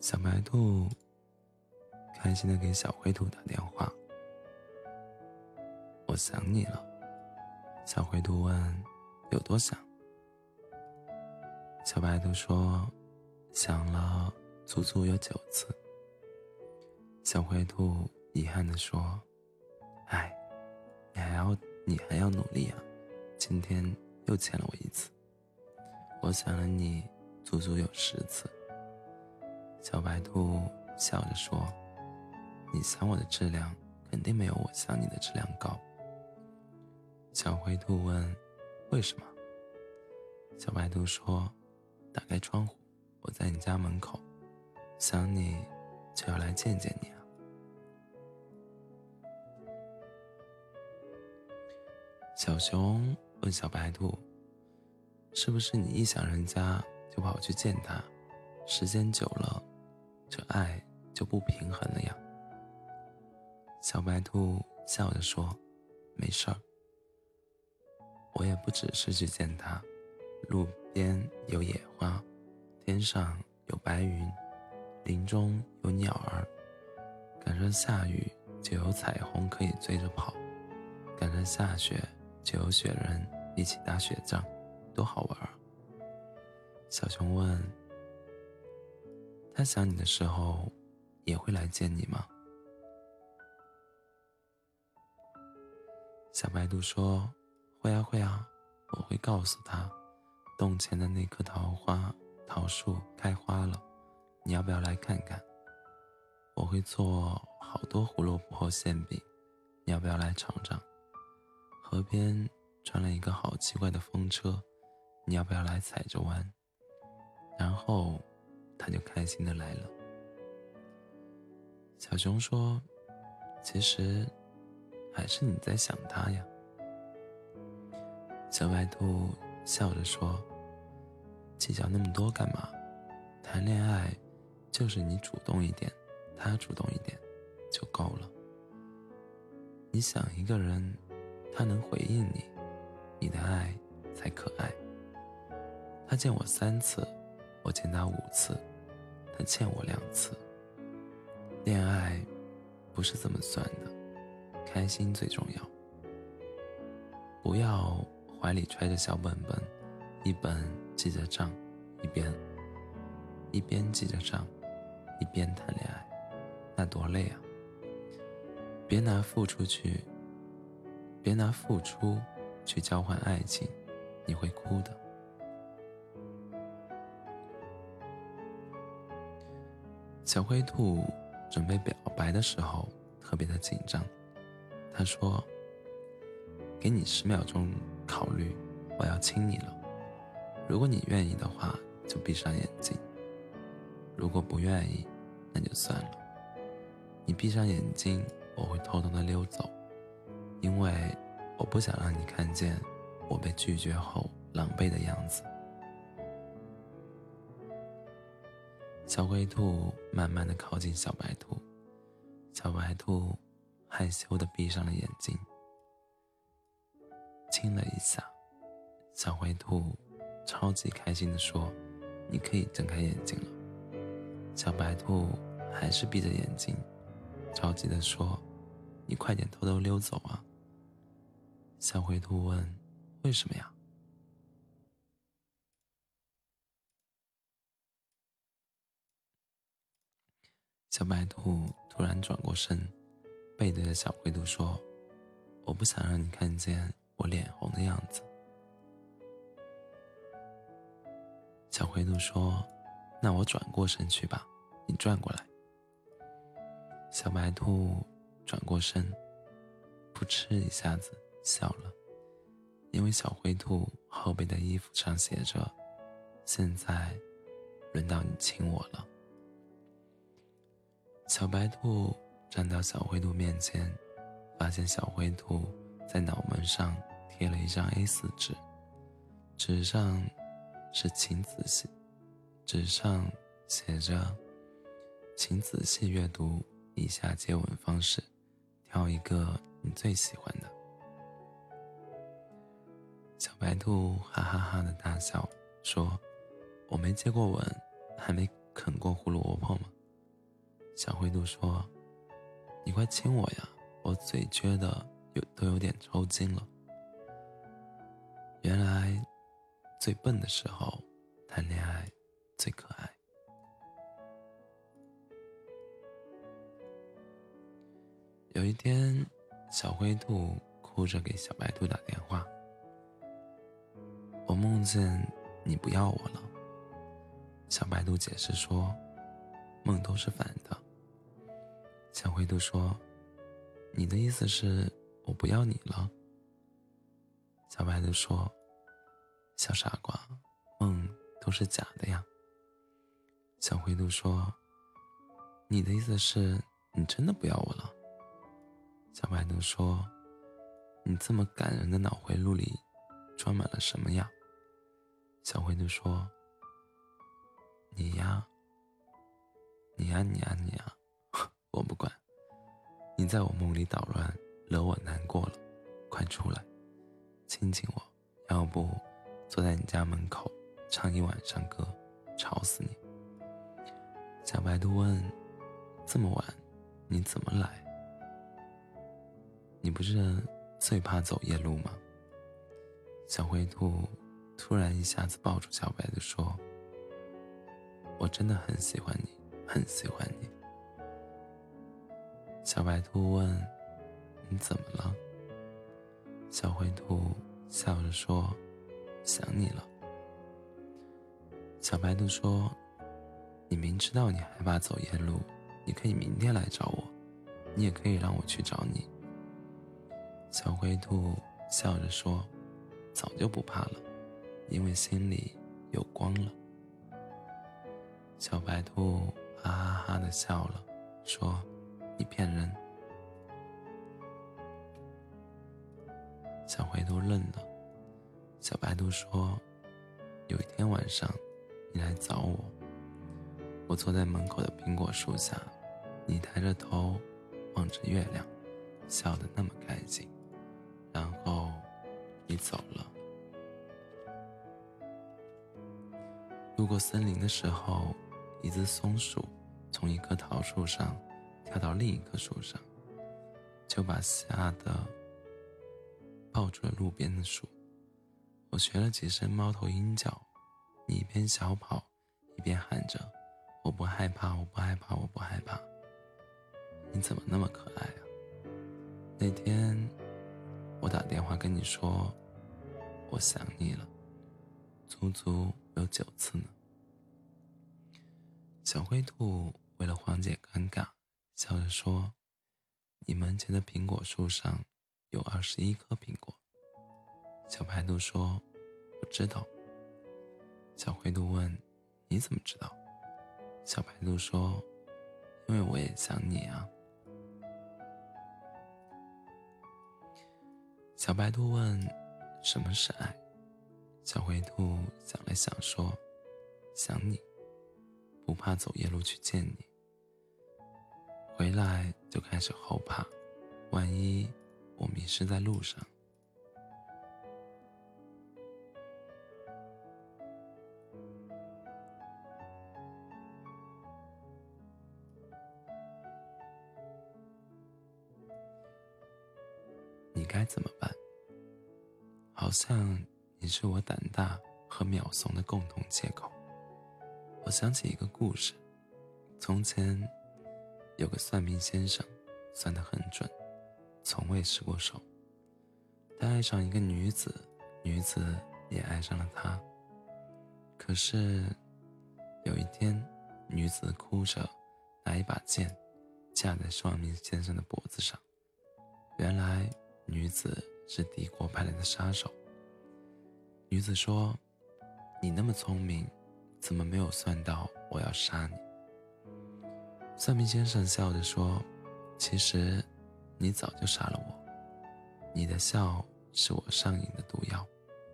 小白兔开心地给小灰兔打电话。我想你了。小灰兔问，有多想？小白兔说，想了足足有9次。小灰兔遗憾地说，哎，你还要努力啊，今天又欠了我1次。我想了你足足有10次。小白兔笑着说，你想我的质量肯定没有我想你的质量高。小灰兔问，为什么？小白兔说，打开窗户，我在你家门口，想你就要来见见你啊。小熊问小白兔，是不是你一想人家就跑去见他，时间久了，这爱就不平衡了呀？小白兔笑着说，没事儿，我也不只是去见他，路边有野花，天上有白云，林中有鸟儿，赶上下雨就有彩虹可以追着跑，赶上下雪就有雪人一起打雪仗，多好玩啊！小熊问，他想你的时候也会来见你吗？小白兔说，会啊会啊，我会告诉他，洞前的那棵桃树开花了，你要不要来看看？我会做好多胡萝卜馅饼，你要不要来尝尝？河边转了一个好奇怪的风车，你要不要来踩着玩？然后他就开心地来了。小熊说，其实还是你在想他呀。小白兔笑着说，计较那么多干嘛？谈恋爱就是你主动一点，他主动一点就够了。你想一个人，他能回应你，你的爱才可爱。他见我3次，我见他5次，他欠我2次。恋爱不是这么算的，开心最重要。不要怀里揣着小本本，一本记着账，一边记着账，一边谈恋爱，那多累啊！别拿付出去交换爱情，你会哭的。小灰兔准备表白的时候特别的紧张，他说，给你10秒钟考虑，我要亲你了。如果你愿意的话，就闭上眼睛；如果不愿意，那就算了。你闭上眼睛，我会偷偷的溜走，因为我不想让你看见我被拒绝后狼狈的样子。小灰兔慢慢地靠近小白兔，小白兔害羞地闭上了眼睛，亲了一下。小灰兔超级开心地说，你可以睁开眼睛了。小白兔还是闭着眼睛，着急地说，你快点偷偷溜走啊。小灰兔问，为什么呀？小白兔突然转过身，背对着小灰兔说，我不想让你看见我脸红的样子。小灰兔说，那我转过身去吧，你转过来。小白兔转过身，扑哧一下子笑了，因为小灰兔后背的衣服上写着，现在轮到你亲我了。小白兔站到小灰兔面前，发现小灰兔在脑门上贴了一张 A4 纸，纸上写着，请仔细阅读以下接吻方式，挑一个你最喜欢的。小白兔哈哈哈的大笑，说，我没接过吻，还没啃过胡萝卜吗？ 小灰兔说：“你快亲我呀，我嘴撅的都有点抽筋了。”原来，最笨的时候谈恋爱最可爱。有一天，小灰兔哭着给小白兔打电话：“我梦见你不要我了。”小白兔解释说：“梦都是反的。”小灰兔说：“你的意思是我不要你了？”小白兔说：“小傻瓜，梦都是假的呀。”小灰兔说：“你的意思是你真的不要我了？”小白兔说：“你这么感人的脑回路里装满了什么呀？”小灰兔说：“你呀，你呀，你呀，你呀，我不管，你在我梦里捣乱，惹我难过了，快出来，亲亲我，要不坐在你家门口唱一晚上歌，吵死你。”小白兔问：“这么晚，你怎么来？你不是最怕走夜路吗？”小灰兔突然一下子抱住小白兔说：“我真的很喜欢你，很喜欢你。”小白兔问：“你怎么了？”小灰兔笑着说：“想你了。”小白兔说：“你明知道你害怕走夜路，你可以明天来找我，你也可以让我去找你。”小灰兔笑着说：“早就不怕了，因为心里有光了。”小白兔哈哈哈地笑了，说：“你骗人。”小灰兔愣了。小白兔说：“有一天晚上，你来找我，我坐在门口的苹果树下，你抬着头望着月亮，笑得那么开心，然后你走了。路过森林的时候，一只松鼠从一棵桃树上跳到另一棵树上，就把吓得抱住了路边的树。我学了几声猫头鹰叫，你一边小跑一边喊着：我不害怕，我不害怕，我不害怕。你怎么那么可爱啊？那天我打电话跟你说我想你了，足足有9次呢。小灰兔为了缓解尴尬，笑着说：你门前的苹果树上有21颗苹果。小白兔说：我知道。小灰兔问：你怎么知道？小白兔说：因为我也想你啊。小白兔问：什么是爱？小灰兔想了想说：想你，不怕走夜路去见你，回来就开始后怕，万一我迷失在路上。你该怎么办？好像你是我胆大和秒怂的共同借口。我想起一个故事，从前有个算命先生，算得很准，从未失过手。他爱上一个女子，女子也爱上了他。可是有一天，女子哭着拿一把剑架在算命先生的脖子上。原来女子是敌国派来的杀手。女子说：你那么聪明，怎么没有算到我要杀你？算命先生笑着说：其实你早就杀了我，你的笑是我上瘾的毒药。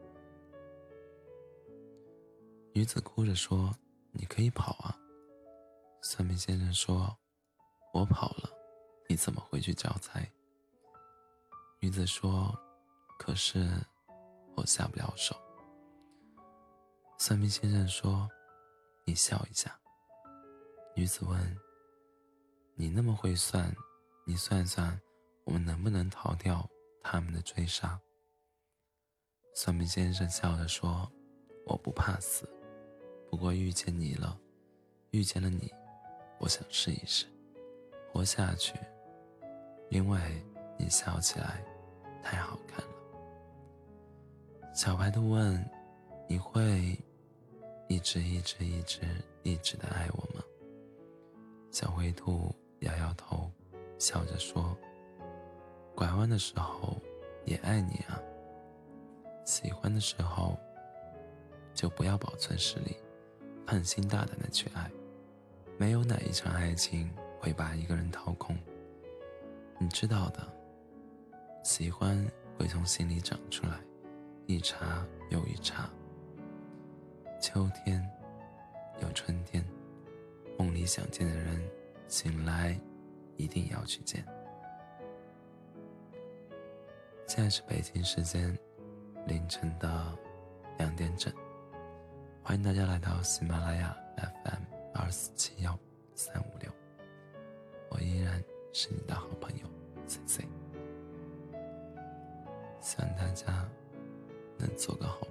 女子哭着说：你可以跑啊。算命先生说：我跑了，你怎么回去交差？女子说：可是我下不了手。算命先生说：你笑一下。女子问： 你那么会算，你算算，我们能不能逃掉他们的追杀？算命先生笑着说：我不怕死，不过遇见你了，遇见了你，我想试一试活下去，因为你笑起来太好看了。小白兔问：你会一直的爱我吗？小灰兔摇摇头，笑着说：拐弯的时候也爱你啊，喜欢的时候就不要保存实力，放心大胆的去爱。没有哪一场爱情会把一个人掏空，你知道的，喜欢会从心里长出来，一茬又一茬。秋天有春天，梦里想见的人，醒来一定要去见。现在是北京时间凌晨的2点整，欢迎大家来到喜马拉雅 FM2471356，我依然是你的好朋友 CC， 希望大家能做个好